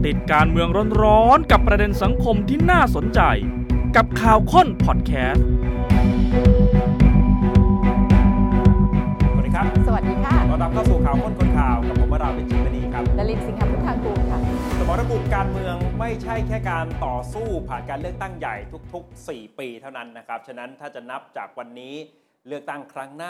ติดการเมืองร้อนๆกับประเด็นสังคมที่น่าสนใจกับข่าวค้นพอดแคสต์สวัสดีครับสวัสดีค่ะต้อนรับเข้าสู่ข่าวค้นคนข่าวกับผมวราวิชิตมณีครับนลินทร์สิงหพุทธากูลค่ะสมรภูมิการเมืองไม่ใช่แค่การต่อสู้ผ่านการเลือกตั้งใหญ่ทุกๆ4ปีเท่านั้นนะครับฉะนั้นถ้าจะนับจากวันนี้เลือกตั้งครั้งหน้า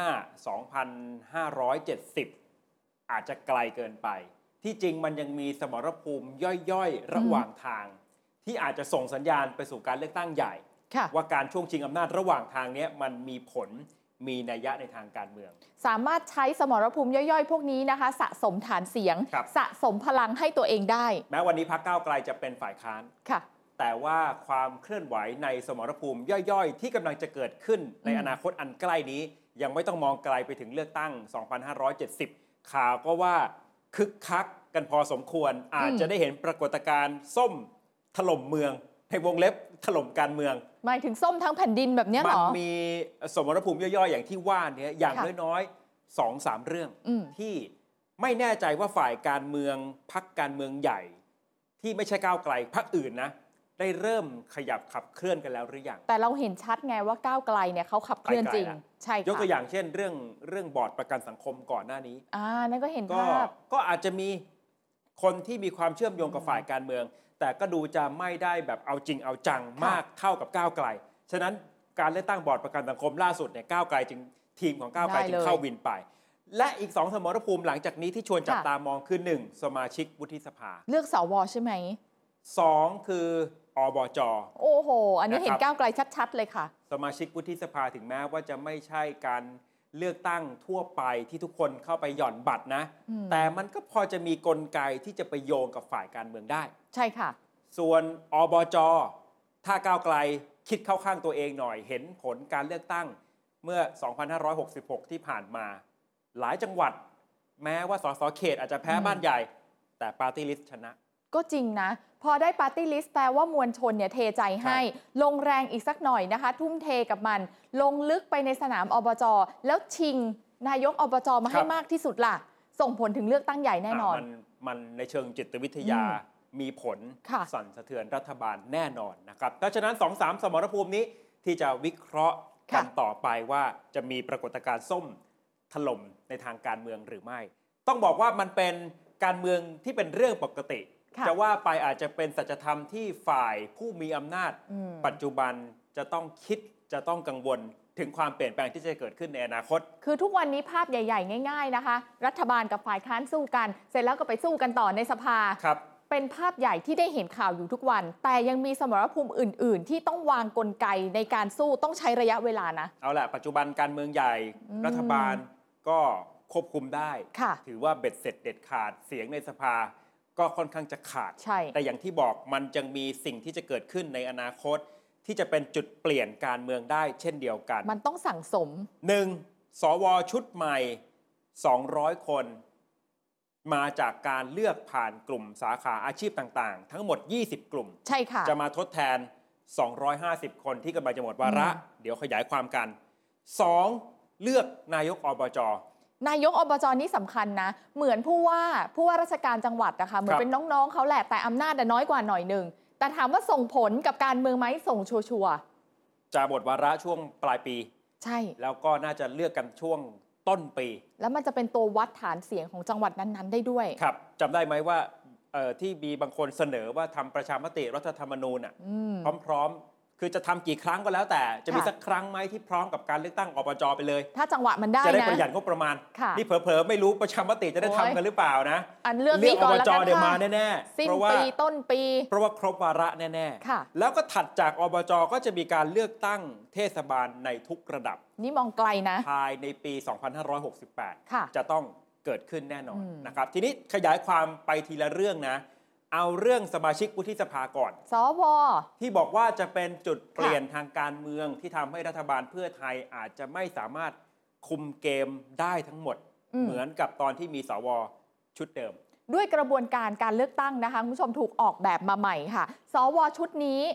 2570อาจจะไกลเกินไปที่จริงมันยังมีสมรภูมิย่อยๆระหว่างทางที่อาจจะส่งสัญญาณไปสู่การเลือกตั้งใหญ่ว่าการช่วงชิงอำนาจระหว่างทางนี้มันมีผลมีนัยยะในทางการเมืองสามารถใช้สมรภูมิย่อยๆพวกนี้นะคะสะสมฐานเสียงสะสมพลังให้ตัวเองได้แม้วันนี้พรรคก้าวไกลจะเป็นฝ่ายค้านแต่ว่าความเคลื่อนไหวในสมรภูมิย่อยๆที่กำลังจะเกิดขึ้นในอนาคตอันใกล้นี้ยังไม่ต้องมองไกลไปถึงเลือกตั้ง2570ข่าวก็ว่าคึกคักกันพอสมควรอาจจะได้เห็นปรากฏการณ์ส้มถล่มเมืองในวงเล็บถล่มการเมืองหมายถึงส้มทั้งแผ่นดินแบบนี้หรอมันมีสมรภูมิย่อยๆอย่างที่ว่านี้อย่างน้อยๆ 2-3 เรื่องที่ไม่แน่ใจว่าฝ่ายการเมืองพรรคการเมืองใหญ่ที่ไม่ใช่ก้าวไกลพรรคอื่นนะได้เริ่มขยับขับเคลื่อนกันแล้วหรือยังแต่เราเห็นชัดไงว่าก้าวไกลเนี่ยเขาขับเคลื่อนจริงใช่ยกตัวอย่างเช่นเรื่องบอร์ดประกันสังคมก่อนหน้านี้นั่นก็เห็นภาพก็อาจจะมีคนที่มีความเชื่อมโยงกับฝ่ายการเมืองแต่ก็ดูจะไม่ได้แบบเอาจริงเอาจังมากเท่ากับก้าวไกลฉะนั้นการเลือกตั้งบอร์ดประกันสังคมล่าสุดเนี่ยก้าวไกลจึงทีมของก้าวไกลจึงเข้าวินไปและอีก2สมรภูมิหลังจากนี้ที่ชวนจับตามองคือ1สมาชิกวุฒิสภาเลือกสวใช่ไหม 2คืออบจ. โอ้โหอันนี้เห็นก้าวไกลชัดๆเลยค่ะสมาชิกวุฒิสภาถึงแม้ว่าจะไม่ใช่การเลือกตั้งทั่วไปที่ทุกคนเข้าไปหย่อนบัตรนะแต่มันก็พอจะมีกลไกที่จะไปโยงกับฝ่ายการเมืองได้ใช่ค่ะส่วนอบจ.ถ้าก้าวไกลคิดเข้าข้างตัวเองหน่อยเห็นผลการเลือกตั้งเมื่อ2566ที่ผ่านมาหลายจังหวัดแม้ว่าสสเขตอาจจะแพ้บ้านใหญ่แต่ปาร์ตี้ลิสต์ชนะก็จริงนะพอได้ปาร์ตี้ลิสต์แปลว่ามวลชนเนี่ยเทใจให้ลงแรงอีกสักหน่อยนะคะทุ่มเทกับมันลงลึกไปในสนามอบจ.แล้วชิงนายกอบจ.มาให้มากที่สุดล่ะส่งผลถึงเลือกตั้งใหญ่แน่นอนมันในเชิงจิตวิทยามีผลสั่นสะเทือนรัฐบาลแน่นอนนะครับเพราะฉะนั้น 2-3 สมรภูมินี้ที่จะวิเคราะห์กันต่อไปว่าจะมีปรากฏการณ์ส้มถล่มในทางการเมืองหรือไม่ต้องบอกว่ามันเป็นการเมืองที่เป็นเรื่องปกติจะว่าไปอาจจะเป็นสัจธรรมที่ฝ่ายผู้มีอำนาจปัจจุบันจะต้องคิดจะต้องกังวลถึงความเปลี่ยนแปลงที่จะเกิดขึ้นในอนาคตคือทุกวันนี้ภาพใหญ่ๆง่ายๆนะคะรัฐบาลกับฝ่ายค้านสู้กันเสร็จแล้วก็ไปสู้กันต่อในสภาเป็นภาพใหญ่ที่ได้เห็นข่าวอยู่ทุกวันแต่ยังมีสมรภูมิอื่นๆที่ต้องวางกลไกในการสู้ต้องใช้ระยะเวลานะเอาล่ะปัจจุบันการเมืองใหญ่รัฐบาลก็ควบคุมได้ถือว่าเบ็ดเสร็จเด็ดขาดเสียงในสภาก็ค่อนข้างจะขาดแต่อย่างที่บอกมันยังมีสิ่งที่จะเกิดขึ้นในอนาคตที่จะเป็นจุดเปลี่ยนการเมืองได้เช่นเดียวกันมันต้องสั่งสม 1. สว.ชุดใหม่200 คนมาจากการเลือกผ่านกลุ่มสาขาอาชีพต่างๆทั้งหมด20 กลุ่มใช่ค่ะจะมาทดแทน250 คนที่กำลังจะหมดวาระเดี๋ยวขยายความกัน 2. เลือกนายกอบจ. นายกอบจ.นี่สำคัญนะเหมือนผู้ว่าราชการจังหวัดนะคะเหมือนเป็นน้องๆเขาแหละแต่อำนาจน้อยกว่าหน่อยนึงแต่ถามว่าส่งผลกับการเมืองไหมส่งชัวร์จะหมดวาระช่วงปลายปีใช่แล้วก็น่าจะเลือกกันช่วงต้นปีแล้วมันจะเป็นตัววัดฐานเสียงของจังหวัดนั้นๆได้ด้วยครับจำได้ไหมว่าที่มีบางคนเสนอว่าทำประชามติรัฐธรรมนูญพร้อมคือจะทำกี่ครั้งก็แล้วแต่จะมีสักครั้งไหมที่พร้อมกับการเลือกตั้งอบจ.ไปเลยถ้าจังหวะมันได้นะจะได้ประหยัดงบประมาณนี่เผลอๆไม่รู้ประชามติจะได้ทำกันหรือเปล่านะเลือกอบจ.เดี๋ยวมาแน่ๆสิ้นปีต้นปีเพราะว่าครบวาระแน่ๆแล้วก็ถัดจากอบจ.ก็จะมีการเลือกตั้งเทศบาลในทุกระดับนี่มองไกลนะภายในปี2568จะต้องเกิดขึ้นแน่นอนนะครับทีนี้ขยายความไปทีละเรื่องนะเอาเรื่องสมาชิกวุฒิสภาก่อนสว. ที่บอกว่าจะเป็นจุดเปลี่ยนทางการเมืองที่ทำให้รัฐบาลเพื่อไทยอาจจะไม่สามารถคุมเกมได้ทั้งหมดเหมือนกับตอนที่มีสว.ชุดเดิมด้วยกระบวนการการเลือกตั้งนะคะคุณผู้ชมถูกออกแบบมาใหม่ค่ะสว.ชุดนี้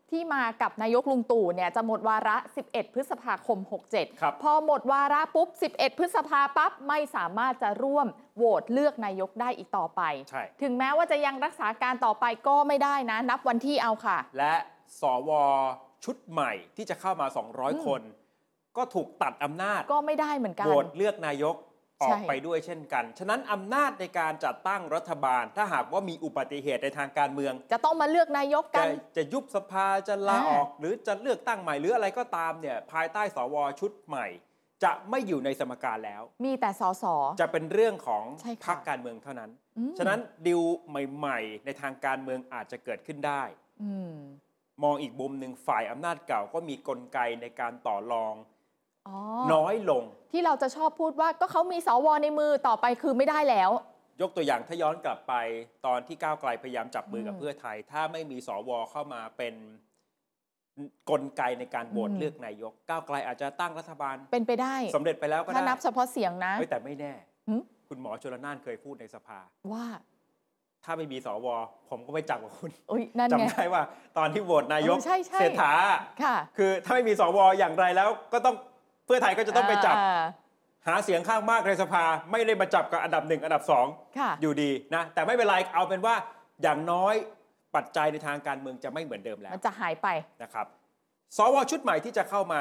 ที่มากับนายกลุงตู่เนี่ยจะหมดวาระ 11 พฤษภาคม 67 พอหมดวาระปุ๊บ 11 พฤษภาปั๊บไม่สามารถจะร่วมโหวตเลือกนายกได้อีกต่อไป ถึงแม้ว่าจะยังรักษาการต่อไปก็ไม่ได้นะ นับวันที่เอาค่ะและสวชุดใหม่ที่จะเข้ามา 200 คน ก็ถูกตัดอำนาจก็ไม่ได้เหมือนกันโหวตเลือกนายกออกไปด้วยเช่นกันฉะนั้นอำนาจในการจัดตั้งรัฐบาลถ้าหากว่ามีอุบัติเหตุในทางการเมืองจะต้องมาเลือกนายกกันจะยุบสภาจะลาออกหรือจะเลือกตั้งใหม่หรืออะไรก็ตามเนี่ยภายใต้สวชุดใหม่จะไม่อยู่ในสมการแล้วมีแต่สสจะเป็นเรื่องของพรรคการเมืองเท่านั้นฉะนั้นดิวใหม่ๆในทางการเมืองอาจจะเกิดขึ้นได้มองอีกมุมหนึ่งฝ่ายอำนาจเก่าก็มีกลไกในการต่อรองน้อยลงที่เราจะชอบพูดว่าก็เขามีสวในมือต่อไปคือไม่ได้แล้วยกตัวอย่างถ้าย้อนกลับไปตอนที่ก้าวไกลพยายามจับมือกับเพื่อไทยถ้าไม่มีสวเข้ามาเป็นกลไกในการโหวตเลือกนายกก้าวไกลอาจจะตั้งรัฐบาลเป็นไปได้สำเร็จไปแล้วก็ได้ถ้านับเฉพาะเสียงนะแต่ไม่แน่คุณหมอชลน่านเคยพูดในสภาว่าถ้าไม่มีสวผมก็ไม่จับกับคุณจำได้ว่าตอนที่โหวตนายกเศรษฐาค่ะคือถ้าไม่มีสวอย่างไรแล้วก็ต้องเพื่อไทยก็จะต้องไปจับหาเสียงข้างมากในสภาไม่ได้มาจับกับอันดับ1อันดับ2อยู่ดีนะแต่ไม่เป็นไรเอาเป็นว่าอย่างน้อยปัจจัยในทางการเมืองจะไม่เหมือนเดิมแล้วมันจะหายไปนะครับสวชุดใหม่ที่จะเข้ามา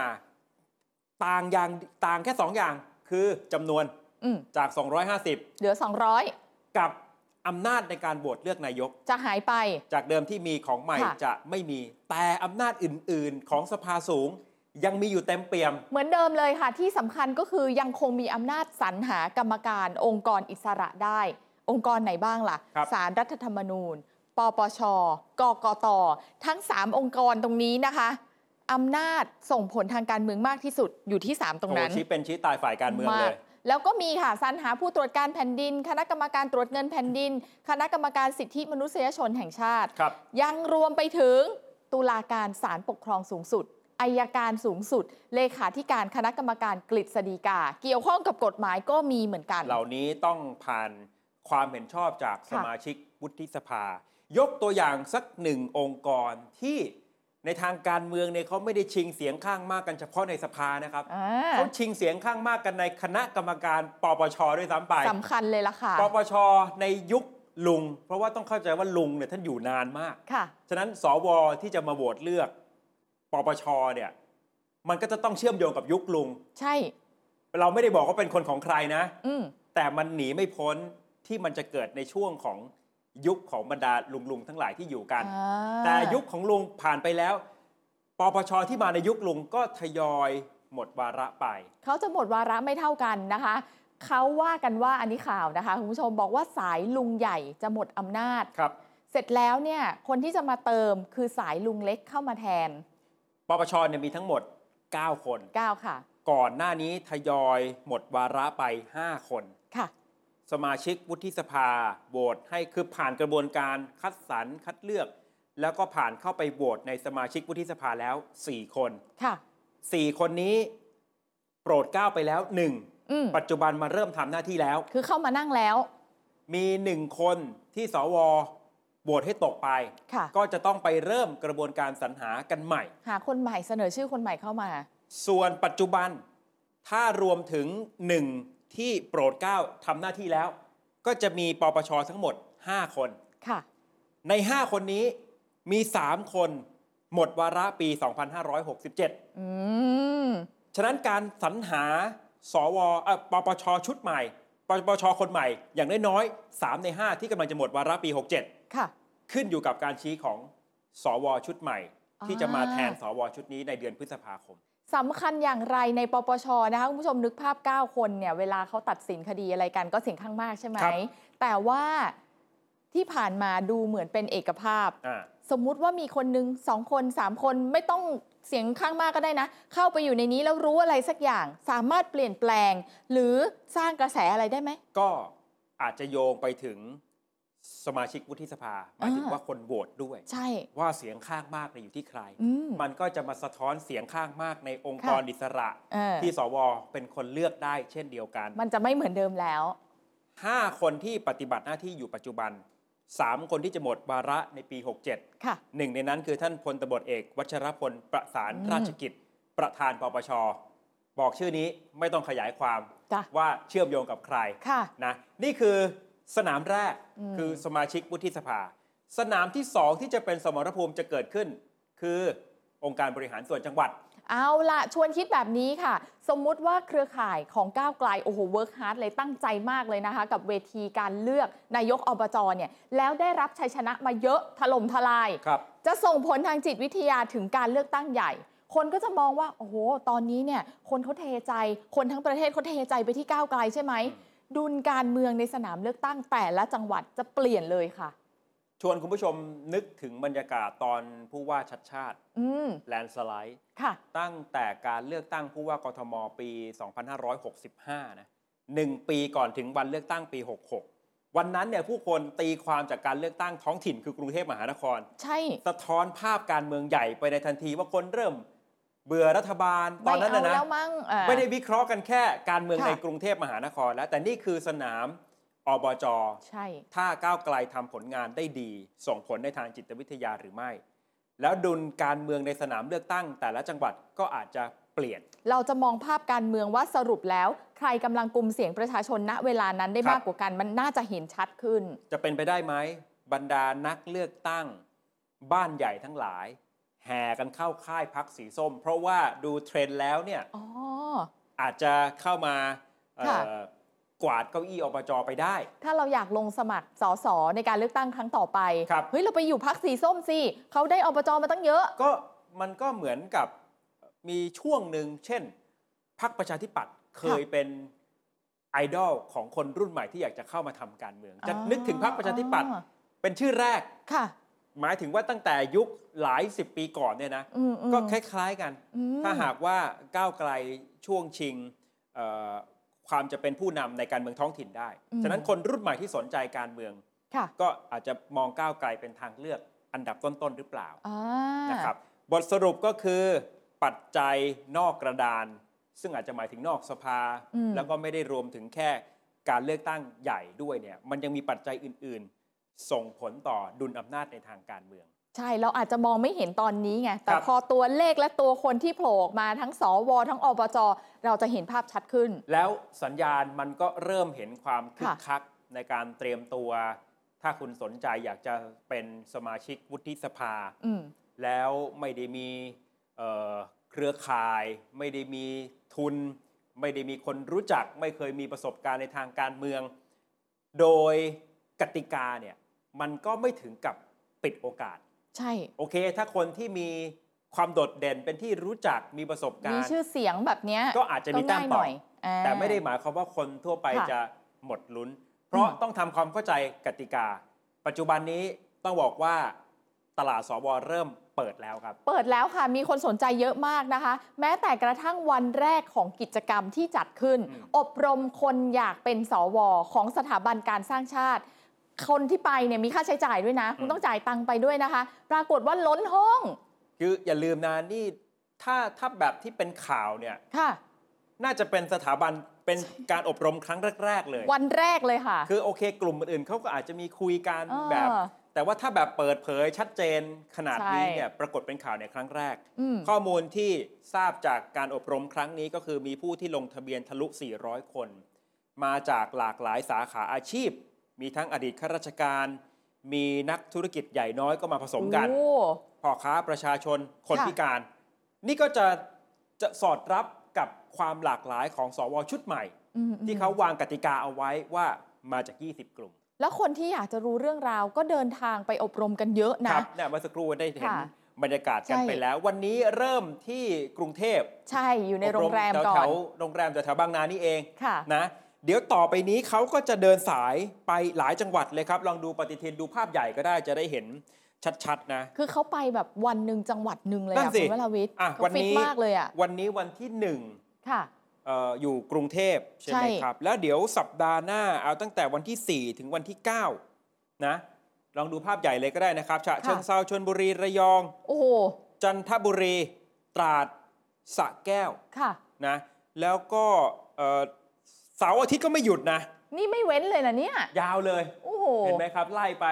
ต่างแค่2อย่างคือจำนวนจาก250 เหลือ200 กับอำนาจในการโหวตเลือกนายกจะหายไปจากเดิมที่มีของใหม่จะไม่มีแต่อำนาจอื่นๆของสภาสูงยังมีอยู่เต็มเปี่ยมเหมือนเดิมเลยค่ะที่สำคัญก็คือยังคงมีอำนาจสรรหากรรมการองค์กรอิสระได้องค์กรไหนบ้างล่ะศาลรัฐธรรมนูญปปชกกตทั้ง3องค์กรตรงนี้นะคะอำนาจส่งผลทางการเมืองมากที่สุดอยู่ที่3ตรงนั้นชี้เป็นชี้ตายฝ่ายการเมืองเลยแล้วก็มีค่ะสรรหาผู้ตรวจการแผ่นดินคณะกรรมการตรวจเงินแผ่นดินคณะกรรมการสิทธิมนุษยชนแห่งชาติยังรวมไปถึงตุลาการศาลปกครองสูงสุดอัยการสูงสุดเลขาธิการคณะกรรมการกฤษฎีกาเกี่ยวข้องกับกฎหมายก็มีเหมือนกันเหล่านี้ต้องผ่านความเห็นชอบจากสมาชิกวุฒิสภายกตัวอย่างสัก1องค์กรที่ในทางการเมืองเนี่ยเขาไม่ได้ชิงเสียงข้างมากกันเฉพาะในสภานะครับเขาชิงเสียงข้างมากกันในคณะกรรมการปปชด้วยซ้ำไปสำคัญเลยล่ะค่ะปปชในยุคลุงเพราะว่าต้องเข้าใจว่าลุงเนี่ยท่านอยู่นานมากฉะนั้นสวที่จะมาโหวตเลือกปปชเนี่ยมันก็จะต้องเชื่อมโยงกับยุคลุงใช่เราไม่ได้บอกว่าเป็นคนของใครนะแต่มันหนีไม่พ้นที่มันจะเกิดในช่วงของยุคของบรรดาลุงทั้งหลายที่อยู่กันแต่ยุคของลุงผ่านไปแล้วปปชที่มาในยุคลุงก็ทยอยหมดวาระไปเขาจะหมดวาระไม่เท่ากันนะคะเขาว่ากันว่าอันนี้ข่าวนะคะคุณผู้ชมบอกว่าสายลุงใหญ่จะหมดอำนาจเสร็จแล้วเนี่ยคนที่จะมาเติมคือสายลุงเล็กเข้ามาแทนปปชเนี่ยมีทั้งหมด9คน 9ค่ะก่อนหน้านี้ทยอยหมดวาระไป5คนค่ะสมาชิกวุฒิสภาโหวตให้คือผ่านกระบวนการคัดสรรคัดเลือกแล้วก็ผ่านเข้าไปโหวตในสมาชิกวุฒิสภาแล้ว4คนค่ะ 4คนนี้โปรดเกล้าไปแล้ว1ปัจจุบันมาเริ่มทำหน้าที่แล้วคือเข้ามานั่งแล้วมี1คนที่สวโหวตให้ตกไปก็จะต้องไปเริ่มกระบวนการสรรหากันใหม่หาคนใหม่เสนอชื่อคนใหม่เข้ามาส่วนปัจจุบันถ้ารวมถึง1ที่โปรดเกล้าทำหน้าที่แล้วก็จะมีปปชทั้งหมด5คนค่ะใน5คนนี้มี3คนหมดวาระปี2567ฉะนั้นการสรรหาสวปปชชุดใหม่ปปชคนใหม่อย่างน้อยๆ3ใน5ที่กำลังจะหมดวาระปี67 ค่ะขึ้นอยู่กับการชี้ของสวชุดใหม่ที่จะมาแทนสวชุดนี้ในเดือนพฤษภาคมสำคัญอย่างไรในปปชนะคะคุณผู้ชมนึกภาพ9คนเนี่ยเวลาเขาตัดสินคดีอะไรกันก็เสียงข้างมากใช่ไหมแต่ว่าที่ผ่านมาดูเหมือนเป็นเอกภาพสมมุติว่ามีคนนึง2คน3คนไม่ต้องเสียงข้างมากก็ได้นะเข้าไปอยู่ในนี้แล้วรู้อะไรสักอย่างสามารถเปลี่ยนแปลงหรือสร้างกระแสอะไรได้ไหมก็อาจจะโยงไปถึงสมาชิกวุฒิสภาหมายถึงว่าคนโหวตด้วยใช่ว่าเสียงข้างมากอยู่ที่ใครมันก็จะมาสะท้อนเสียงข้างมากในองค์กรอิสระที่สวเป็นคนเลือกได้เช่นเดียวกันมันจะไม่เหมือนเดิมแล้ว 5คนที่ปฏิบัติหน้าที่อยู่ปัจจุบัน 3 คนที่จะหมดวาระในปี 67 ค่ะหนึ่งในนั้นคือท่านพลตบเอกวัชรพลประสานราชกิจประธานปปชบอกชื่อนี้ไม่ต้องขยายความจ้ะว่าเชื่อมโยงกับใครค่ะนะนี่คือสนามแรกคือสมาชิกวุฒิสภา สนามที่ 2 ที่จะเป็นสมรภูมิจะเกิดขึ้น คือองค์การบริหารส่วนจังหวัดเอาละชวนคิดแบบนี้ค่ะ สมมุติว่าเครือข่ายของก้าวไกลโอ้โหเวิร์กฮาร์ดเลยตั้งใจมากเลยนะคะ กับเวทีการเลือกนายกอบจเนี่ยแล้วได้รับชัยชนะมาเยอะถล่มทลายครับจะส่งผลทางจิตวิทยาถึงการเลือกตั้งใหญ่ คนก็จะมองว่าโอ้โหตอนนี้เนี่ยคนเขาเทใจ คนทั้งประเทศเขาเทใจไปที่ก้าวไกลใช่ไหมดุลการเมืองในสนามเลือกตั้งแต่ละจังหวัดจะเปลี่ยนเลยค่ะชวนคุณผู้ชมนึกถึงบรรยากาศตอนผู้ว่าชัดชาติแลนด์สไลด์ค่ะตั้งแต่การเลือกตั้งผู้ว่ากทมปี 2565 นะ 1 ปีก่อนถึงวันเลือกตั้งปี 66 วันนั้นเนี่ยผู้คนตีความจากการเลือกตั้งท้องถิ่นคือกรุงเทพมหานครใช่สะท้อนภาพการเมืองใหญ่ไปในทันทีว่าคนเริ่มเบื่อรัฐบาลตอนนั้นนะแล้วมั้งไม่ได้วิเคราะห์กันแค่การเมืองค่ะในกรุงเทพมหานครแล้วแต่นี่คือสนามอบจ. ใช่ถ้าก้าวไกลทำผลงานได้ดี ส่งผลในทางจิตวิทยาหรือไม่ แล้วดุลการเมืองในสนามเลือกตั้งแต่ละจังหวัดก็อาจจะเปลี่ยนเราจะมองภาพการเมืองว่าสรุปแล้ว ใครกำลังกลุ่มเสียงประชาชนณเวลานั้นได้ครับมากกว่ากันมันน่าจะเห็นชัดขึ้นจะเป็นไปได้ไหมบรรดานักเลือกตั้งบ้านใหญ่ทั้งหลาย แห่กันเข้าค่ายพรรคสีส้ม เพราะว่าดูเทรนด์แล้วเนี่ยอ๋ออาจจะเข้ามาค่ะกวาดเก้าอี้อบจไปได้ถ้าเราอยากลงสมัครสสในการเลือกตั้งครั้งต่อไปครับเฮ้ยเราไปอยู่พรรคสีส้มสิเขาได้อบจมาตั้งเยอะก็มันก็เหมือนกับมีช่วงหนึ่งเช่นพรรคประชาธิปัตย์เคยเป็นไอดอลของคนรุ่นใหม่ที่อยากจะเข้ามาทำการเมือง จะนึกถึงพรรคประชาธิปัตย์เป็นชื่อแรกค่ะหมายถึงว่าตั้งแต่ยุคหลาย10 ปีก่อนเนี่ยนะ ก็คล้ายๆกัน ถ้าหากว่าก้าวไกลช่วงชิงความจะเป็นผู้นำในการเมืองท้องถิ่นได้ ฉะนั้นคนรุ่นใหม่ที่สนใจการเมืองค่ะก็อาจจะมองก้าวไกลเป็นทางเลือกอันดับต้นๆหรือเปล่าอ่านะครับบทสรุปก็คือปัจจัยนอกกระดาน ซึ่งอาจจะหมายถึงนอกสภา แล้วก็ไม่ได้รวมถึงแค่การเลือกตั้งใหญ่ด้วยเนี่ยมันยังมีปัจจัยอื่นๆ ส่งผลต่อดุลอำนาจในทางการเมืองใช่เราอาจจะมองไม่เห็นตอนนี้ไงแต่ครับพอตัวเลขและตัวคนที่โผล่ออกมาทั้งสวทั้งอบจเราจะเห็นภาพชัดขึ้นแล้วสัญญาณมันก็เริ่มเห็นความคึกคักในการเตรียมตัว ถ้าคุณสนใจอยากจะเป็นสมาชิกวุฒิสภา แล้วไม่ได้มีเครือข่าย ไม่ได้มีทุน ไม่ได้มีคนรู้จัก ไม่เคยมีประสบการณ์ในทางการเมือง โดยกติกาเนี่ยมันก็ไม่ถึงกับปิดโอกาสใช่โอเค ถ้าคนที่มีความโดดเด่นเป็นที่รู้จักมีประสบการมีณ์ชื่อเสียงแบบเนี้ยก็อาจจะมีแต้มง่ายหต่น่ออยอ่าแต่ไม่ได้หมายความว่าคนทั่วไปค่ะจะหมดลุ้น เพราะต้องทำความเข้าใจกติกา ปัจจุบันนี้ต้องบอกว่าตลาดสวเริ่มเปิดแล้วครับเปิดแล้วค่ะ มีคนสนใจเยอะมากนะคะ แม้แต่กระทั่งวันแรกของกิจกรรมที่จัดขึ้น อบรมคนอยากเป็นสวของสถาบันการสร้างชาติ คนที่ไปเนี่ยมีค่าใช้จ่ายด้วยนะ คุณต้องจ่ายตังค์ไปด้วยนะคะ ปรากฏว่าล้นห้องคืออย่าลืมนะนี่ถ้าแบบที่เป็นข่าวเนี่ยค่ะน่าจะเป็นสถาบันเป็นการอบรมครั้งแรกๆเลยวันแรกเลยค่ะคือโอเคกลุ่มอื่นๆเขาก็อาจจะมีคุยกันแบบเออแต่ว่าถ้าแบบเปิดเผยชัดเจนขนาดนี้ใช่เนี่ยปรากฏเป็นข่าวในครั้งแรกอืมข้อมูลที่ทราบจากการอบรมครั้งนี้ก็คือมีผู้ที่ลงทะเบียนทะลุ 400 คน มาจากหลากหลายสาขาอาชีพ มีทั้งอดีตข้าราชการ มีนักธุรกิจใหญ่น้อยก็มาผสมกันโอ้พ่อค้าประชาชนคนค่ะพิการ นี่ก็จะสอดรับกับความหลากหลายของสวชุดใหม่ ที่เขาวางกติกาเอาไว้ว่ามาจาก 20 กลุ่มแล้วคนที่อยากจะรู้เรื่องราวก็เดินทางไปอบรมกันเยอะคนะรับเนี่ยเมื่อสักครู่ได้เห็นค่ะบรรยากาศกันใช่ไปแล้ว วันนี้เริ่มที่กรุงเทพใช่อยู่ในโรงแรมก่อแถนวๆโรงแรมแถวๆบางนานี่เองค่ะนะเดี๋ยวต่อไปนี้เขาก็จะเดินสายไปหลายจังหวัดเลยครับ ลองดูปฏิทินดูภาพใหญ่ก็ได้จะได้เห็นชัดๆนะคือเขาไปแบบวันหนึ่งจังหวัดหนึ่งเลยนั่อะนสิคุณวราวิทย์อ่ะเขาวันฟิตนี้มากเลยอะวันนี้วันที่ค่ะ 1อยู่กรุงเทพใช่ไหมใช่ครับ แล้วเดี๋ยวสัปดาห์หน้าเอาตั้งแต่วันที่ 4 ถึงวันที่ 9 นะลองดูภาพใหญ่เลยก็ได้นะครับฉะเชิงเทราชลบุรีระยองโอ้โหจันทบุรี ตราดสระแก้วค่ะนะแล้วก็เสาร์อาทิตย์ก็ไม่หยุดนะนี่ไม่เว้นเลยนะเนี่ยยาวเลยโอ้โหเห็นไหมครับ ไล่ไป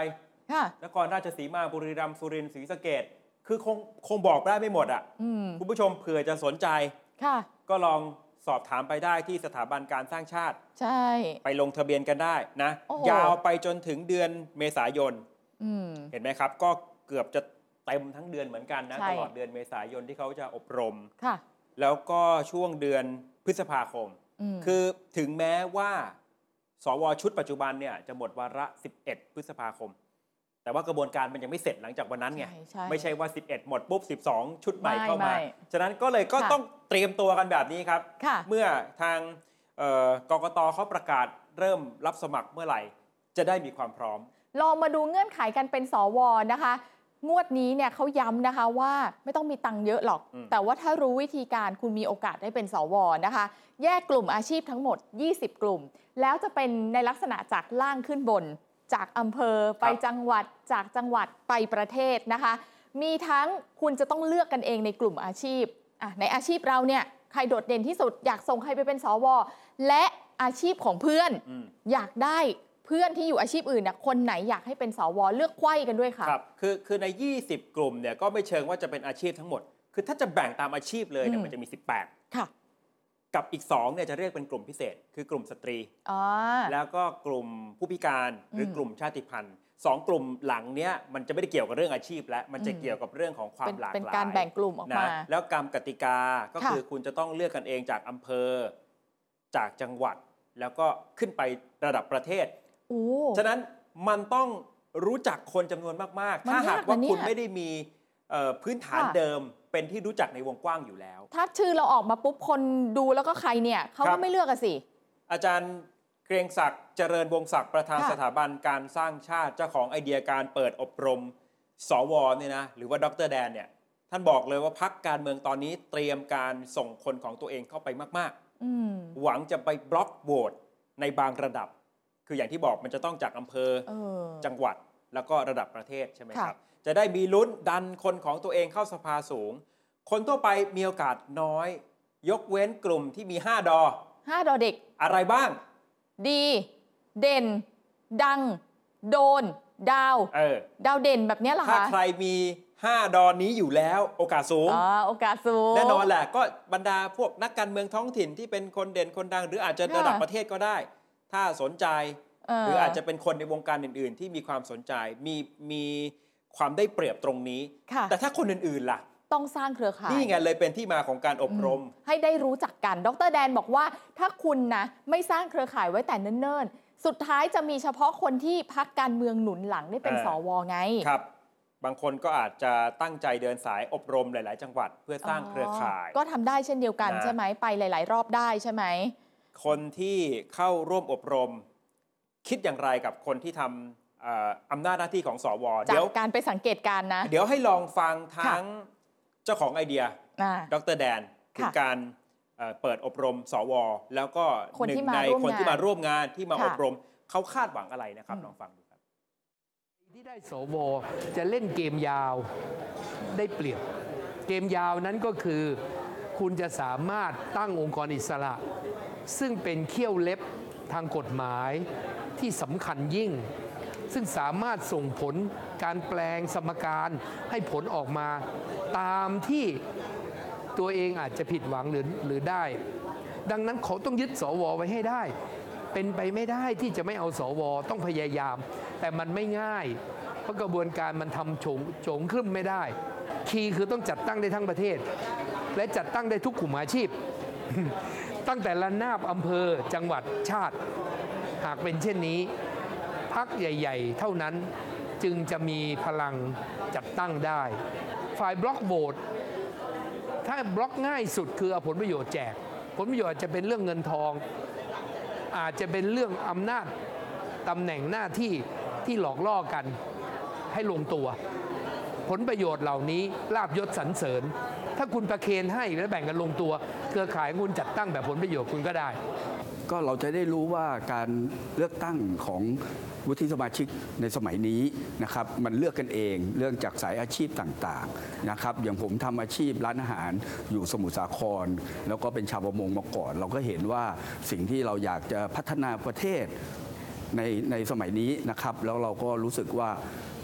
นครราชสีมาบุรีรัมย์สุรินทร์ศรีสะเกษคือคงบอกได้ไม่หมดอ่ะคุณผู้ชมเผื่อจะสนใจก็ลองสอบถามไปได้ที่สถาบันการสร้างชาติใช่ไปลงทะเบียนกันได้นะยาวไปจนถึงเดือนเมษายนเห็นไหมครับก็เกือบจะเต็มทั้งเดือนเหมือนกันนะตลอดเดือนเมษายนที่เขาจะอบรมแล้วก็ช่วงเดือนพฤษภาคมคือถึงแม้ว่าสวชุดปัจจุบันเนี่ยจะหมดวาระ11พฤษภาคมแต่ว่ากระบวนการมันยังไม่เสร็จหลังจากวันนั้นไงไม่ใช่ว่า11หมดปุ๊บ12ชุดใหม่เข้ามาฉะนั้นก็เลยก็ต้องเตรียมตัวกันแบบนี้ครับเมื่อทางกกต.เขาประกาศเริ่มรับสมัครเมื่อไหร่จะได้มีความพร้อมลองมาดูเงื่อนไขกันเป็นสวนะคะงวดนี้เนี่ยเขาย้ำนะคะว่าไม่ต้องมีตังค์เยอะหรอกแต่ว่าถ้ารู้วิธีการคุณมีโอกาสได้เป็นสวนะคะแยกกลุ่มอาชีพทั้งหมด20กลุ่มแล้วจะเป็นในลักษณะจากล่างขึ้นบนจากอำเภอไปจังหวัดจากจังหวัดไปประเทศนะคะมีทั้งคุณจะต้องเลือกกันเองในกลุ่มอาชีพในอาชีพเราเนี่ยใครโดดเด่นที่สุดอยากส่งใครไปเป็นสวและอาชีพของเพื่อนอยากได้เพื่อนที่อยู่อาชีพอื่นนะคนไหนอยากให้เป็นสวเลือกไขว้กันด้วยค่ะครับคือใน20กลุ่มเนี่ยก็ไม่เชิงว่าจะเป็นอาชีพทั้งหมดคือถ้าจะแบ่งตามอาชีพเลยเนี่ยมันจะมี18ค่ะกับอีก2เนี่ยจะเรียกเป็นกลุ่มพิเศษคือกลุ่มสตรีแล้วก็กลุ่มผู้พิการหรือกลุ่มชาติพันธุ์2กลุ่มหลังเนี้ยมันจะไม่ได้เกี่ยวกับเรื่องอาชีพและมันจะเกี่ยวกับเรื่องของความหลากหลายเป็นการแบ่งกลุ่มออกมาแล้วกรรมกติกาก็คือคุณจะต้องเลือกกันเองจากอำเภอจากจังหวัดแล้วก็ขึ้นไประดับประเทศฉะนั้นมันต้องรู้จักคนจำนวนมากๆถ้าหากว่าคุณไม่ได้มีพื้นฐานเดิมเป็นที่รู้จักในวงกว้างอยู่แล้วถ้าชื่อเราออกมาปุ๊บคนดูแล้วก็ใครเนี่ยเขาก็ไม่เลือกกันสิอาจารย์เกรียงศักดิ์เจริญวงศ์ศักดิ์ประธานสถาบันการสร้างชาติเจ้าของไอเดียการเปิดอบรมสวเนี่ยนะหรือว่าดร.แดนเนี่ยท่านบอกเลยว่าพรรคการเมืองตอนนี้เตรียมการส่งคนของตัวเองเข้าไปมากๆหวังจะไปบล็อกโหวตในบางระดับคืออย่างที่บอกมันจะต้องจากอำเภอจังหวัดแล้วก็ระดับประเทศใช่ไหมครับจะได้มีลุ้นดันคนของตัวเองเข้าสภาสูงคนทั่วไปมีโอกาสน้อยยกเว้นกลุ่มที่มี5 ดอเด็กอะไรบ้างดีเด่นดังโดนดาวดาวเด่นแบบนี้เหรอคะถ้าใครมี5 ดอนี้อยู่แล้วโอกาสสูงโอกาสสูงแน่นอนแหละก็บรรดาพวกนักการเมืองท้องถิ่นที่เป็นคนเด่นคนดังหรืออาจจะระดับประเทศก็ได้ถ้าสนใจหรืออาจจะเป็นคนในวงการอื่นๆที่มีความสนใจมีความได้เปรียบตรงนี้แต่ถ้าคนอื่นๆล่ะต้องสร้างเครือข่ายนี่ไงเลยเป็นที่มาของการอบรมให้ได้รู้จักกันดร.แดนบอกว่าถ้าคุณนะไม่สร้างเครือข่ายไว้แต่เนิ่นๆสุดท้ายจะมีเฉพาะคนที่พรรคการเมืองหนุนหลังได้เป็นสวไงครับบางคนก็อาจจะตั้งใจเดินสายอบรมหลายๆจังหวัดเพื่อสร้างเครือข่ายก็ทำได้เช่นเดียวกันใช่ไหมไปหลายๆรอบได้ใช่ไหมคนที่เข้าร่วมอบรมคิดอย่างไรกับคนที่ทำอำนาจหน้าที่ของสวจากการไปสังเกตการนะเดี๋ยวให้ลองฟังทั้งเจ้าของไอเดียดร.แดนถึงการเปิดอบรมสวแล้วก็หนึ่งในคนที่มาร่วมงานที่มาอบรมเขาคาดหวังอะไรนะครับลองฟังดูครับที่ได้สวจะเล่นเกมยาวได้เปรียบเกมยาวนั้นก็คือคุณจะสามารถตั้งองค์กรอิสระซึ่งเป็นเขี้ยวเล็บทางกฎหมายที่สำคัญยิ่งซึ่งสามารถส่งผลการแปลงสมการให้ผลออกมาตามที่ตัวเองอาจจะผิดหวังหรือได้ดังนั้นเขาต้องยึดสวไว้ให้ได้เป็นไปไม่ได้ที่จะไม่เอาสวต้องพยายามแต่มันไม่ง่ายเพราะกระบวนการมันทำโฉงครึ่มไม่ได้คีย์คือต้องจัดตั้งได้ทั้งประเทศและจัดตั้งได้ทุกกลุ่มอาชีพ ตั้งแต่ระนาบอำเภอจังหวัดชาติหากเป็นเช่นนี้พรรคใหญ่ๆเท่านั้นจึงจะมีพลังจัดตั้งได้ฝ่ายบล็อกโหวตถ้าบล็อกง่ายสุดคือเอาผลประโยชน์แจกผลประโยชน์จะเป็นเรื่องเงินทองอาจจะเป็นเรื่องอำนาจตำแหน่งหน้าที่ที่หลอกล่อกันให้ลงตัวผลประโยชน์เหล่านี้ลาภยศสรรเสริญถ้าคุณประเคนให้และแบ่งกันลงตัวเครือข่ายคุณจัดตั้งแบบผลประโยชน์คุณก็ได้ก็เราจะได้รู้ว่าการเลือกตั้งของวุฒิสมาชิกในสมัยนี้นะครับมันเลือกกันเองเรื่องจากสายอาชีพต่างๆนะครับอย่างผมทำอาชีพร้านอาหารอยู่สมุทรสาครแล้วก็เป็นชาวประมงมาก่อนเราก็เห็นว่าสิ่งที่เราอยากจะพัฒนาประเทศในสมัยนี้นะครับแล้วเราก็รู้สึกว่า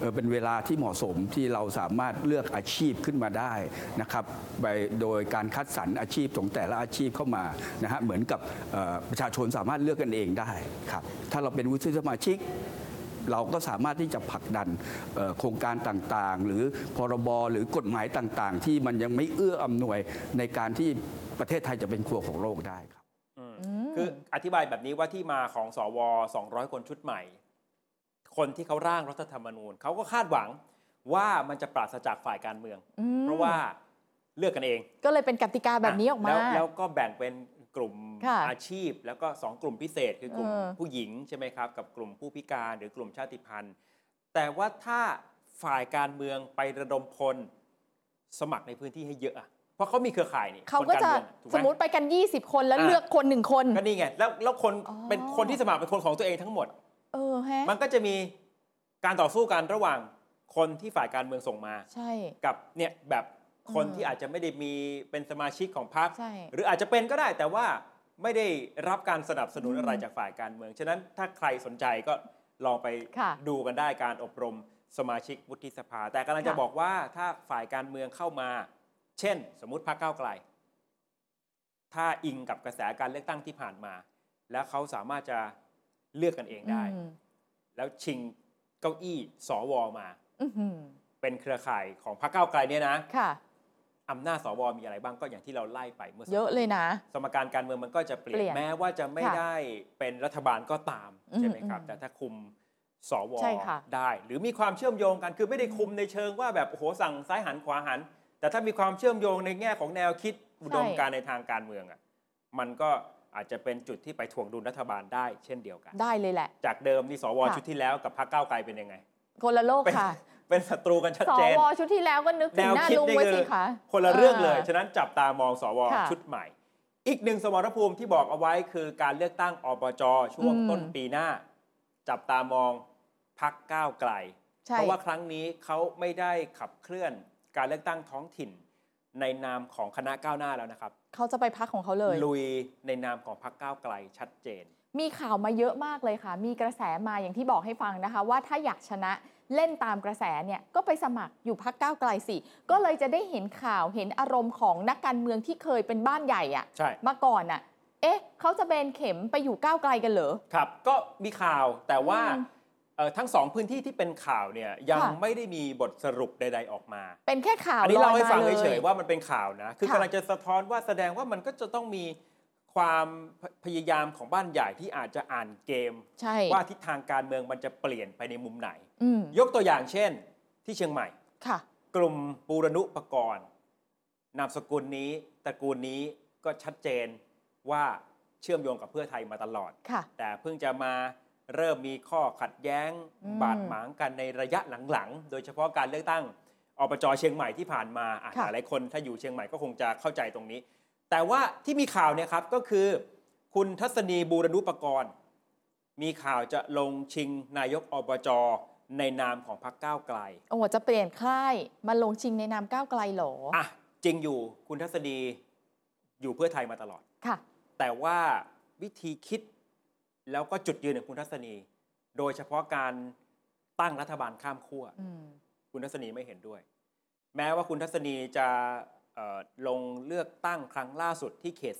เป็นเวลาที่เหมาะสมที่เราสามารถเลือกอาชีพขึ้นมาได้นะครับโดยการคัดสรรอาชีพของแต่ละอาชีพเข้ามานะฮะเหมือนกับประชาชนสามารถเลือกกันเองได้ครับถ้าเราเป็นวุฒิสมาชิกเราก็สามารถที่จะผลักดันโครงการต่างๆหรือพรบหรือกฎหมายต่างๆที่มันยังไม่เอื้ออำนวยในการที่ประเทศไทยจะเป็นครัวของโลกได้ครับคืออธิบายแบบนี้ว่าที่มาของสว200 คนชุดใหม่คนที่เขาร่างรัฐธรรมนูญเขาก็คาดหวังว่ามันจะปราศจากฝ่ายการเมืองเพราะว่าเลือกกันเองก็เลยเป็นกติกาแบบนี้ออกมาแล้วก็แบ่งเป็นกลุ่มอาชีพแล้วก็2 กลุ่มพิเศษคือกลุ่มผู้หญิงใช่ไหมครับกับกลุ่มผู้พิการหรือกลุ่มชาติพันธุ์แต่ว่าถ้าฝ่ายการเมืองไประดมพลสมัครในพื้นที่ให้เยอะเพราะเขามีเครือข่ายนี่เขาก็จะสมมติไปกัน20 คนแล้วเลือกคน1 คนก็นี่ไงแล้วคนเป็นคนที่สมัครเป็นคนของตัวเองทั้งหมดมันก็จะมีการต่อสู้กันระหว่างคนที่ฝ่ายการเมืองส่งมากับเนี่ยแบบคนที่อาจจะไม่ได้มีเป็นสมาชิกของพรรคหรืออาจจะเป็นก็ได้แต่ว่าไม่ได้รับการสนับสนุนอะไรจากฝ่ายการเมืองฉะนั้นถ้าใครสนใจก็ลองไปดูกันได้การอบรมสมาชิกวุฒิสภาแต่กำลังจะบอกว่าถ้าฝ่ายการเมืองเข้ามาเช่นสมมุติพรรคก้าวไกลถ้าอิงกับกระแสการเลือกตั้งที่ผ่านมาแล้วเขาสามารถจะเลือกกันเองได้แล้วชิงเก้าอี้สวมาเป็นเครือข่ายของพรรคก้าวไกลเนี่ยนะอำนาจสวมีอะไรบ้างก็อย่างที่เราไล่ไปเมื่อเยอะเลยนะสมการการเมืองมันก็จะเปลี่ยนแม้ว่าจะไม่ได้เป็นรัฐบาลก็ตามใช่ไหมครับแต่ถ้าคุมสวได้หรือมีความเชื่อมโยงกันคือไม่ได้คุมในเชิงว่าแบบโอ้โหสั่งซ้ายหันขวาหันแต่ถ้ามีความเชื่อมโยงในแง่ของแนวคิดอุดมการณ์ในทางการเมืองมันก็อาจจะเป็นจุดที่ไปถ่วงดุลรัฐบาลได้เช่นเดียวกันได้เลยแหละจากเดิมที่สวชุดที่แล้วกับพรรคก้าวไกลเป็นยังไงคนละโลกค่ะเป็นศัตรูกันชัดเจนสวชุดที่แล้วก็นึกถึงหน้าลุงไว้สิคะคนละเรื่องเลยฉะนั้นจับตามองสวชุดใหม่อีกหนึ่งสมรภูมิที่บอกเอาไว้คือการเลือกตั้งอบจ.ช่วงต้นปีหน้าจับตามองพรรคก้าวไกลเพราะว่าครั้งนี้เขาไม่ได้ขับเคลื่อนการเลือกตั้งท้องถิ่นในนามของคณะก้าวหน้าแล้วนะครับเขาจะไปพรรคของเขาเลยลุยในนามของพรรคก้าวไกลชัดเจนมีข่าวมาเยอะมากเลยค่ะมีกระแสมาอย่างที่บอกให้ฟังนะคะว่าถ้าอยากชนะเล่นตามกระแสเนี่ยก็ไปสมัครอยู่พรรคก้าวไกลสิก็เลยจะได้เห็นข่าวเห็นอารมณ์ของนักการเมืองที่เคยเป็นบ้านใหญ่อะมาก่อนอะเขาจะเบนเข็มไปอยู่ก้าวไกลกันเหรอครับก็มีข่าวแต่ว่าทั้ง2 พื้นที่ที่เป็นข่าวเนี่ยยังไม่ได้มีบทสรุปใดๆออกมาเป็นแค่ข่าวอันนี้เล่าให้ฟังเฉยๆว่ามันเป็นข่าวนะคือกำลังจะสะท้อนว่าแสดงว่ามันก็จะต้องมีความพยายามของบ้านใหญ่ที่อาจจะอ่านเกมว่าทิศทางการเมืองมันจะเปลี่ยนไปในมุมไหนยกตัวอย่างเช่นที่เชียงใหม่กลุ่มบูรณุปกรณ์นามสกุลนี้ตระกูลนี้ก็ชัดเจนว่าเชื่อมโยงกับเพื่อไทยมาตลอดแต่เพิ่งจะมาเริ่มมีข้อขัดแย้งบาดหมางกันในระยะหลังๆโดยเฉพาะการเลือกตั้งอบจ.เชียงใหม่ที่ผ่านมาหลายคนถ้าอยู่เชียงใหม่ก็คงจะเข้าใจตรงนี้แต่ว่าที่มีข่าวเนี่ยครับก็คือคุณทัศนีบูรณุปกรณ์มีข่าวจะลงชิงนายกอบจ.ในนามของพรรคก้าวไกลจะเปลี่ยนค่ายมาลงชิงในนามก้าวไกลเหรอจริงอยู่คุณทัศนีอยู่เพื่อไทยมาตลอดแต่ว่าวิธีคิดแล้วก็จุดยืนของคุณทัศนีโดยเฉพาะการตั้งรัฐบาลข้ามขั้วคุณทัศนีไม่เห็นด้วยแม้ว่าคุณทัศนีจะลงเลือกตั้งครั้งล่าสุดที่เขต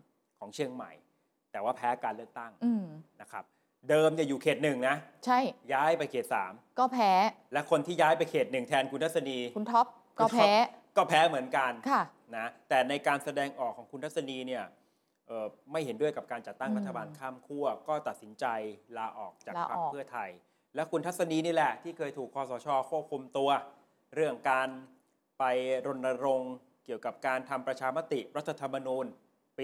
3ของเชียงใหม่แต่ว่าแพ้การเลือกตั้งนะครับเดิมจะอยู่เขต1นะใช่ย้ายไปเขต3 ก็แพ้และคนที่ย้ายไปเขต1แทนคุณทัศนีคุณท็อปก็แพ้เหมือนกันนะแต่ในการแสดงออกของคุณทัศนีเนี่ยไม่เห็นด้วยกับการจัดตั้งรัฐบาลข้ามขั้วก็ตัดสินใจลาออกจากพรรคเพื่อไทยและคุณทัศนีนี่แหละที่เคยถูกคสช.ควบคุมตัวเรื่องการไปรณรงค์เกี่ยวกับการทำประชามติรัฐธรรมนูญปี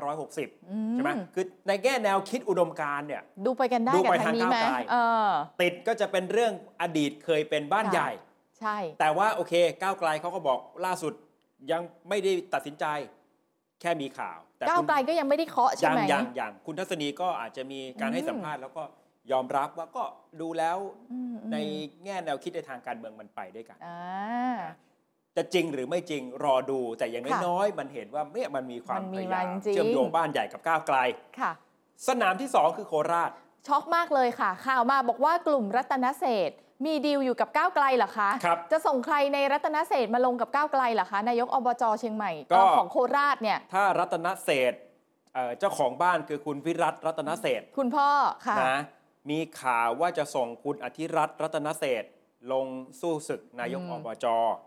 2560 ใช่ไหมคือในแง่แนวคิดอุดมการณ์เนี่ยดูไปกันได้กับทางนี้ไหมติดก็จะเป็นเรื่องอดีตเคยเป็นบ้านใหญ่ใช่แต่ว่าโอเคก้าวไกลเขาก็บอกล่าสุดยังไม่ได้ตัดสินใจแค่มีข่าวแต่ก้าวไกลก็ยังไม่ได้เคาะใช่ไหมอย่างคุณทัศนีก็อาจจะมีการให้สัมภาษณ์แล้วก็ยอมรับว่าก็ดูแล้วในแง่แนวคิดในทางการเมืองมันไปด้วยกันจะจริงหรือไม่จริงรอดูแต่อย่างน้อยๆมันเห็นว่าเนี่ยมันมีความพยายามเชื่อมโยงบ้านใหญ่กับก้าวไกลสนามที่2คือโคราชช็อกมากเลยค่ะข่าวมาบอกว่ากลุ่มรัตนเศรษฐ์มีดีลอยู่กับก้าวไกลเหรอคะครับจะส่งใครในรัตนเศรษฐ์มาลงกับก้าวไกลเหรอคะนายกอบจเชียงใหม่ก็ของโคราชเนี่ยถ้ารัตนเศรษฐ์เจ้าของบ้านคือคุณวิรัตรัตนเศรษฐ์คุณพ่อค่ะนะมีข่าวว่าจะส่งคุณอธิรัตน์รัตนเศรษฐ์ลงสู้ศึกนายกอบจ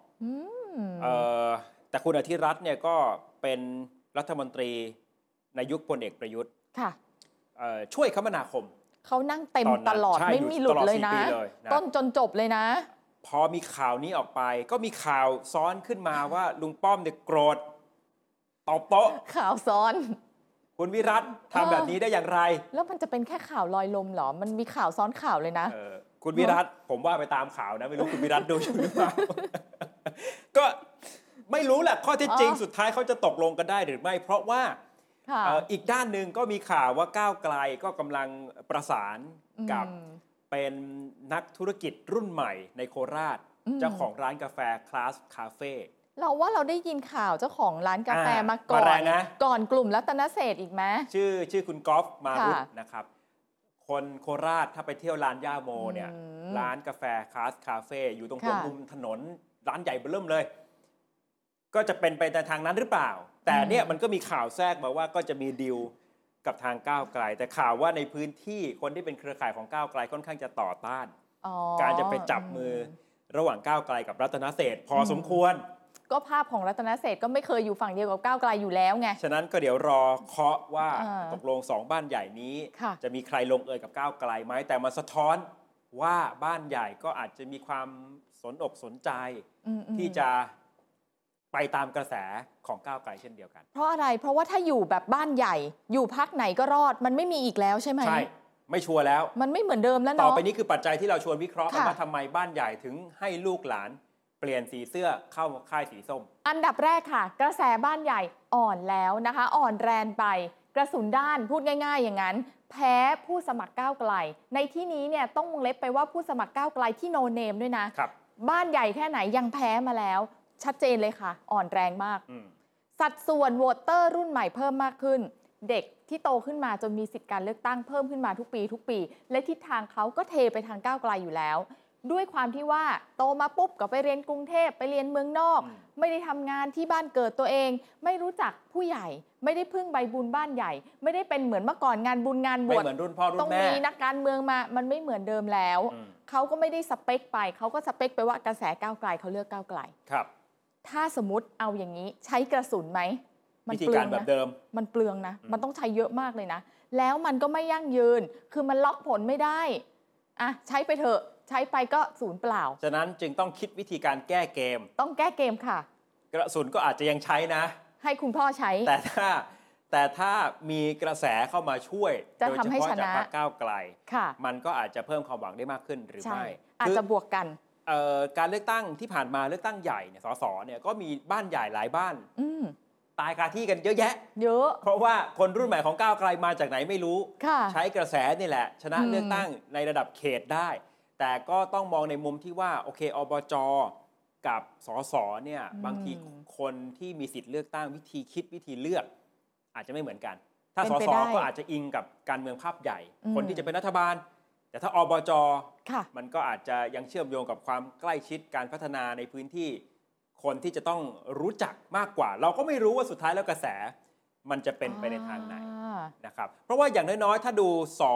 แต่คุณอธิรัตน์เนี่ยก็เป็นรัฐมนตรีในยุคพลเอกประยุทธ์ค่ะช่วยคมนาคมเขานั่งเต็มตอนนั้นตลอดใช่ไม่มีหลุดเลยนะตลอด4 ปีเลยนะต้นจนจบเลยนะพอมีข่าวนี้ออกไปก็มีข่าวซ้อนขึ้นมาว่าลุงป้อมเนี่ยโกรธตอบโต๊ะข่าวซ้อนคุณวิรัตทำแบบนี้ได้อย่างไรแล้วมันจะเป็นแค่ข่าวลอยลมเหรอ มันมีข่าวซ้อนข่าวเลยนะคุณวิรัตผมว่าไปตามข่าวนะไม่รู้คุณวิรัตดูอยู่หรือเปล่า ก็ไม่รู้แหละข้อเท็จจริง สุดท้ายเขาจะตกลงกันได้หรือไม่ เพราะว่าค่ะอีกด้านหนึ่งก็มีข่าวว่าก้าวไกลก็กำลังประสานกับเป็นนักธุรกิจรุ่นใหม่ในโคราช เจ้าของร้านกาแฟคลาสคาเฟ่เราว่าเราได้ยินข่าวเจ้าของร้านกาแฟมาก่อมาน แรงนะก่อนกลุ่มรัตนเศรษฐ์อีกไหมชื่อคุณกอล์ฟมารุตค่ะนะครับ คนโคราชถ้าไปเที่ยวร้านย่าโมเนี่ยร้านกาแฟคลาสคาเฟ่อยู่ตรงหัวมุมถนนร้านใหญ่เบิ่มเลย ก็จะเป็นไปในทางนั้นหรือเปล่า แต่เนี่ยมันก็มีข่าวแทรกมาว่าก็จะมีดีลกับทางก้าวไกล แต่ข่าวว่าในพื้นที่คนที่เป็นเครือข่ายของก้าวไกลค่อนข้างจะต่อต้าน การจะไปจับมือระหว่างก้าวไกลกับรัตนเศรษฐ์พอสมควรก็ภาพของรัตนเศรษฐ์ก็ไม่เคยอยู่ฝั่งเดียวกับก้าวไกลอยู่แล้วไงฉะนั้นก็เดี๋ยวรอเคาะว่าอ่าตกลง2บ้านใหญ่นี้ค่ะจะมีใครลงเอยกับก้าวไกลไหมแต่มันสะท้อนว่าบ้านใหญ่ก็อาจจะมีความสนอกสนใจ ที่จะไปตามกระแสของก้าวไกลเช่นเดียวกันเพราะอะไร เพราะว่าถ้าอยู่แบบบ้านใหญ่ อยู่พักไหนก็รอด มันไม่มีอีกแล้วใช่ไหมใช่ไม่ชัวร์แล้วมันไม่เหมือนเดิมแล้วต่อเนาะไปนี้คือปัจจัยที่เราชวนวิเคราะห์กันค่ะว่าทำไมบ้านใหญ่ถึงให้ลูกหลานเปลี่ยนสีเสื้อเข้าค่ายสีส้มอันดับแรกค่ะ กระแสบ้านใหญ่อ่อนแล้วนะคะ อ่อนแรงไป กระสุนด้านพูดง่ายๆอย่างนั้น แพ้ผู้สมัครก้าวไกล ในที่นี้เนี่ยต้องวงเล็บไปว่าผู้สมัครก้าวไกลที่โนเนมด้วยนะครับบ้านใหญ่แค่ไหนยังแพ้มาแล้ว ชัดเจนเลยค่ะ อ่อนแรงมาก สัดส่วนโหวตเตอร์รุ่นใหม่เพิ่มมากขึ้น เด็กที่โตขึ้นมาจนมีสิทธิการเลือกตั้งเพิ่มขึ้นมาทุกปี และทิศทางเขาก็เทไปทางก้าวไกลอยู่แล้ว ด้วยความที่ว่าโตมาปุ๊บก็ไปเรียนกรุงเทพไปเรียนเมืองนอก ไม่ได้ทำงานที่บ้านเกิดตัวเอง ไม่รู้จักผู้ใหญ่ ไม่ได้พึ่งใบบุญบ้านใหญ่ ไม่ได้เป็นเหมือนเมื่อก่อนงานบุญงานบไม่วชเหมือนรุ่นพ่อรุ่ต้อน งแม่มีนักการเมืองมามันไม่เหมือนเดิมแล้ว เขาก็ไม่ได้สเปคไปเขาก็สเปคไปว่ากระแสก้าวไกลเขาเลือกก้าวไกลครับถ้าสมมติเอาอย่างนี้ใช้กระสุนไหมวิธีการแบบเดิมมันเปลืองนะ มันต้องใช้เยอะมากเลยนะ แล้วมันก็ไม่ยั่งยืน คือมันล็อกผลไม่ได้อะใช้ไปเถอะ ใช้ไปก็ศูนย์เปล่าฉะนั้นจึงต้องคิดวิธีการแก้เกมต้องแก้เกมค่ะกระสุนก็อาจจะยังใช้นะให้คุณพ่อใช้แต่ถ้ามีกระแสเข้ามาช่วยจะโดยทำให้เฉพาะชจากนะพรรคก้าวไกลค่ะมันก็อาจจะเพิ่มความหวังได้มากขึ้นหรือใช่ไม่อาจจะบวกกันการเลือกตั้งที่ผ่านมาเลือกตั้งใหญ่เนี่ยสสเนี่ยก็มีบ้านใหญ่หลายบ้าน ตายคาที่กันเยอะแยะเยอะเพราะว่าคนรุ่นใหม่ของก้าวไกลมาจากไหนไม่รู้ค่ะใช้กระแสนี่แหละ ชนะเลือกตั้งในระดับเขตได้ แต่ก็ต้องมองในมุมที่ว่าโอเคอบจกับสสเนี่ยบางทีคนที่มีสิทธิ์เลือกตั้งวิธีคิดวิธีเลือก อาจจะไม่เหมือนกัน ถ้าเป็นสไปสได้ก็อาจจะอิงกับการเมืองภาพใหญ่ คนที่จะเป็นรัฐบาล แต่ถ้าอบจค่ะมันก็อาจจะยังเชื่อมโยงกับความใกล้ชิดการพัฒนาในพื้นที่ คนที่จะต้องรู้จักมากกว่า เราก็ไม่รู้ว่าสุดท้ายแล้วกระแสมันจะเป็นไปในทางไหนนะครับเพราะว่าอย่างน้อยๆถ้าดู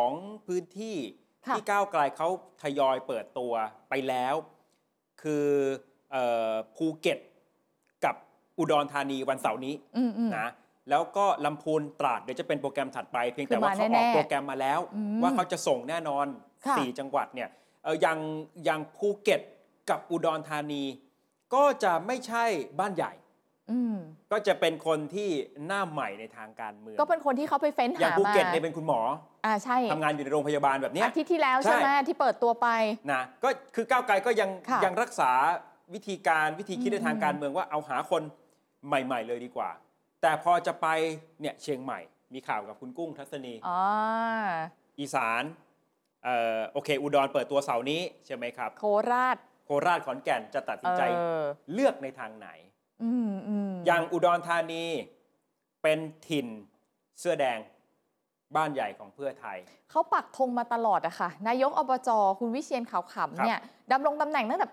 2พื้นที่ค่ะที่ก้าวไกลเขาทยอยเปิดตัวไปแล้ว คือภูเก็ตกับอุดรธานีวันเสาร์นี้นะแล้วก็ลำพูนตราดเดี๋ยวจะเป็นโปรแกรมถัดไปเพียงแต่ว่าเขาออกโปรแกรมมาแล้ว ว่าเขาจะส่งแน่นอนค่ะ 4 จังหวัดเนี่ยอย่างภูเก็ตกับอุดรธานี ก็จะไม่ใช่บ้านใหญ่ ก็จะเป็นคนที่หน้าใหม่ในทางการเมืองก็เป็นคนที่เขาไปเฟ้นอย่างหาภูมาเก็ตเนี่ยเป็นคุณหมอใช่ทำงานอยู่ในโรงพยาบาลแบบเนี้ยอาทิตย์ที่แล้วใช่ไหมใช่ที่เปิดตัวไปนะก็คือก้าวไกลก็ยังค่ะยังรักษาวิธีคิดในทางการเมืองว่าเอาหาคนใหม่ ๆ เลยดีกว่า แต่พอจะไปเนี่ยเชียงใหม่มีข่าวกับคุณกุ้งทัศนี อีสานโอเคอุดรเปิดตัวเสาร์นี้ใช่ไหมครับโคราชโคราชขอนแก่นจะตัดสินใจเลือกในทางไหนออย่างอุดรธานีเป็นถิ่นเสื้อแดงบ้านใหญ่ของเพื่อไทยเขาปักธงมาตลอดอะค่ะนายกอบจคุณวิเชียรขาวขำเนี่ยดำรงตำแหน่งตั้งแต่ปี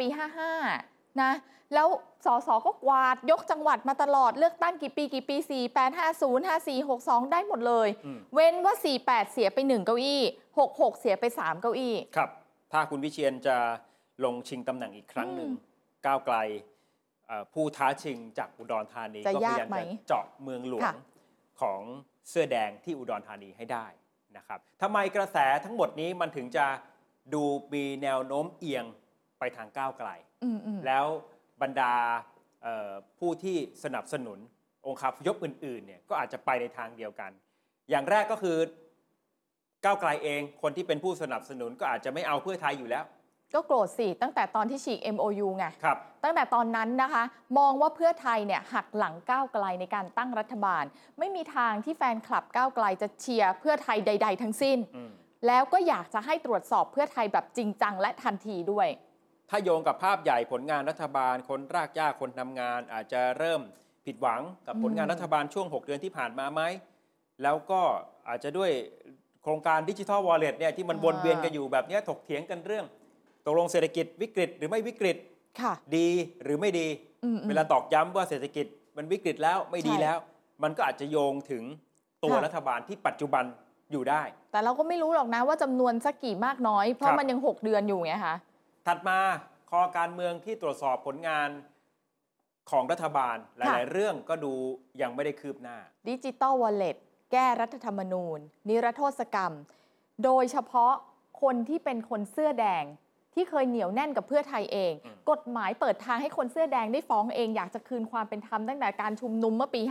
55 นะแล้วสสก็กวาดยกจังหวัดมาตลอดเลือกตั้งกี่ปี 48 50 54 62 ได้หมดเลยเว้นว่า 48 เสียไป1เก้าอี้66 เสียไป3เก้าอี้ครับถ้าคุณวิเชียรจะลงชิงตำแหน่งอีกครั้งหนึ่งก้าวไกลผู้ท้าชิงจากอุดรธานีก็พยายามจะเจาะเมืองหลวงของเสื้อแดงที่อุดรธานีให้ได้นะครับทำไมกระแสทั้งหมดนี้มันถึงจะดูมีแนวโน้มเอียงไปทางก้าวไกลแล้วบรรดาผู้ที่สนับสนุนองค์คาพยพอื่นๆเนี่ยก็อาจจะไปในทางเดียวกันอย่างแรกก็คือก้าวไกลเองคนที่เป็นผู้สนับสนุนก็อาจจะไม่เอาเพื่อไทยอยู่แล้วก็โกรธสิตั้งแต่ตอนที่ฉีก MOU ไงครับตั้งแต่ตอนนั้นนะคะมองว่าเพื่อไทยเนี่ยหักหลังก้าวไกลในการตั้งรัฐบาลไม่มีทางที่แฟนคลับก้าวไกลจะเชียร์เพื่อไทยใดๆทั้งสิ้นแล้วก็อยากจะให้ตรวจสอบเพื่อไทยแบบจริงจังและทันทีด้วยถ้าโยงกับภาพใหญ่ผลงานรัฐบาลคนรากหญ้าคนทำงานอาจจะเริ่มผิดหวังกับผลงานรัฐบาลช่วง6 เดือนที่ผ่านมาไหมแล้วก็อาจจะด้วยโครงการดิจิทัลวอลเล็ตเนี่ยที่มันวนเวียนกันอยู่แบบนี้ถกเถียงกันเรื่องตกลงเศรษฐกิจวิกฤตหรือไม่วิกฤตดีหรือไม่ดีเวลาตอกย้ำว่าเศรษฐกิจมันวิกฤตแล้วไม่ดีแล้วมันก็อาจจะโยงถึงตัวรัฐบาลที่ปัจจุบันอยู่ได้แต่เราก็ไม่รู้หรอกนะว่าจำนวนสักกี่มากน้อยเพราะมันยัง6 เดือนอยู่ไงคะถัดมาคอการเมืองที่ตรวจสอบผลงานของรัฐบาลหลายๆเรื่องก็ดูยังไม่ได้คืบหน้าดิจิตอลวอลเล็ตแก้รัฐธรรมนูญนิรโทษกรรมโดยเฉพาะคนที่เป็นคนเสื้อแดงที่เคยเหนียวแน่นกับเพื่อไทยเองกฎหมายเปิดทางให้คนเสื้อแดงได้ฟ้องเองอยากจะคืนความเป็นธรรมตั้งแต่การชุมนุมเมื่อปี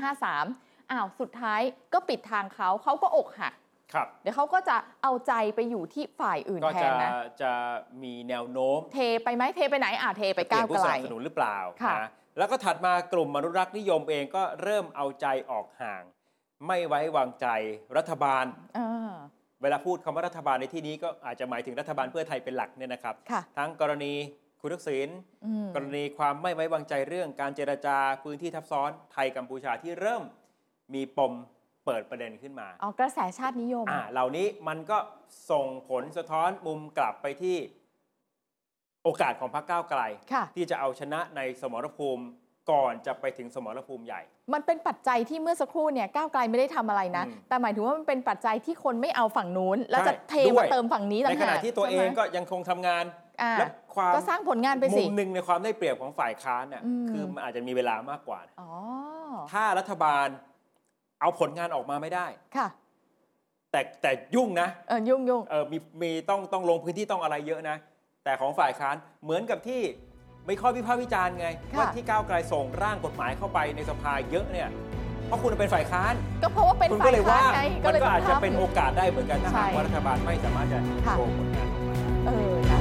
53สุดท้ายก็ปิดทางเขาก็อกหักเดี๋ยวเขาก็จะเอาใจไปอยู่ที่ฝ่ายอื่นแทนนะจะมีแนวโน้มเทไปไหมเทไปไหนเทไปก้าวไกลผู้สนับสนุนหรือเปล่านะแล้วก็ถัดมากลุ่มอนุรักษ์นิยมเองก็เริ่มเอาใจออกห่างไม่ไว้วางใจรัฐบาลเวลาพูดคำว่ารัฐบาลในที่นี้ก็อาจจะหมายถึงรัฐบาลเพื่อไทยเป็นหลักเนี่ยนะครับทั้งกรณีคุณทักษิณกรณีความไม่ไว้วางใจเรื่องการเจรจาพื้นที่ทับซ้อนไทยกัมพูชาที่เริ่มมีปมเปิดประเด็นขึ้นมากระแสชาตินิยมเหล่านี้มันก็ส่งผลสะท้อนมุมกลับไปที่โอกาสของพรรคก้าวไกลที่จะเอาชนะในสมรภูมิก่อนจะไปถึงสมรภูมิใหญ่มันเป็นปัจจัยที่เมื่อสักครู่เนี่ยก้าวไกลไม่ได้ทำอะไรนะแต่หมายถึงว่ามันเป็นปัจจัยที่คนไม่เอาฝั่งนู้นแล้วจะเทมาเติมฝั่งนี้ในขณะที่ตัวเองก็ยังคงทำงานและความก็สร้างผลงานไปสิมุมหนึ่งในความได้เปรียบของฝ่ายค้านเนี่ยคือมันอาจจะมีเวลามากกว่าถ้ารัฐบาลเอาผลงานออกมาไม่ได้ค่ะแต่ยุ่งนะยุ่งมีต้องลงพื้นที่ต้องอะไรเยอะนะแต่ของฝ่ายค้านเหมือนกับที่ไม่ข้อวิพากษ์วิจารณ์ไงว่าที่ก้าวไกลส่งร่างกฎหมายเข้าไปในสภาเยอะเนี่ยเพราะคุณเป็นฝ่ายค้านก็เพราะว่าเป็นฝ่ายค้านไงมันก็อาจจะเป็นโอกาสได้เหมือนกันถ้าหากว่ารัฐบาลไม่สามารถจะโชว์ผลงานออกมา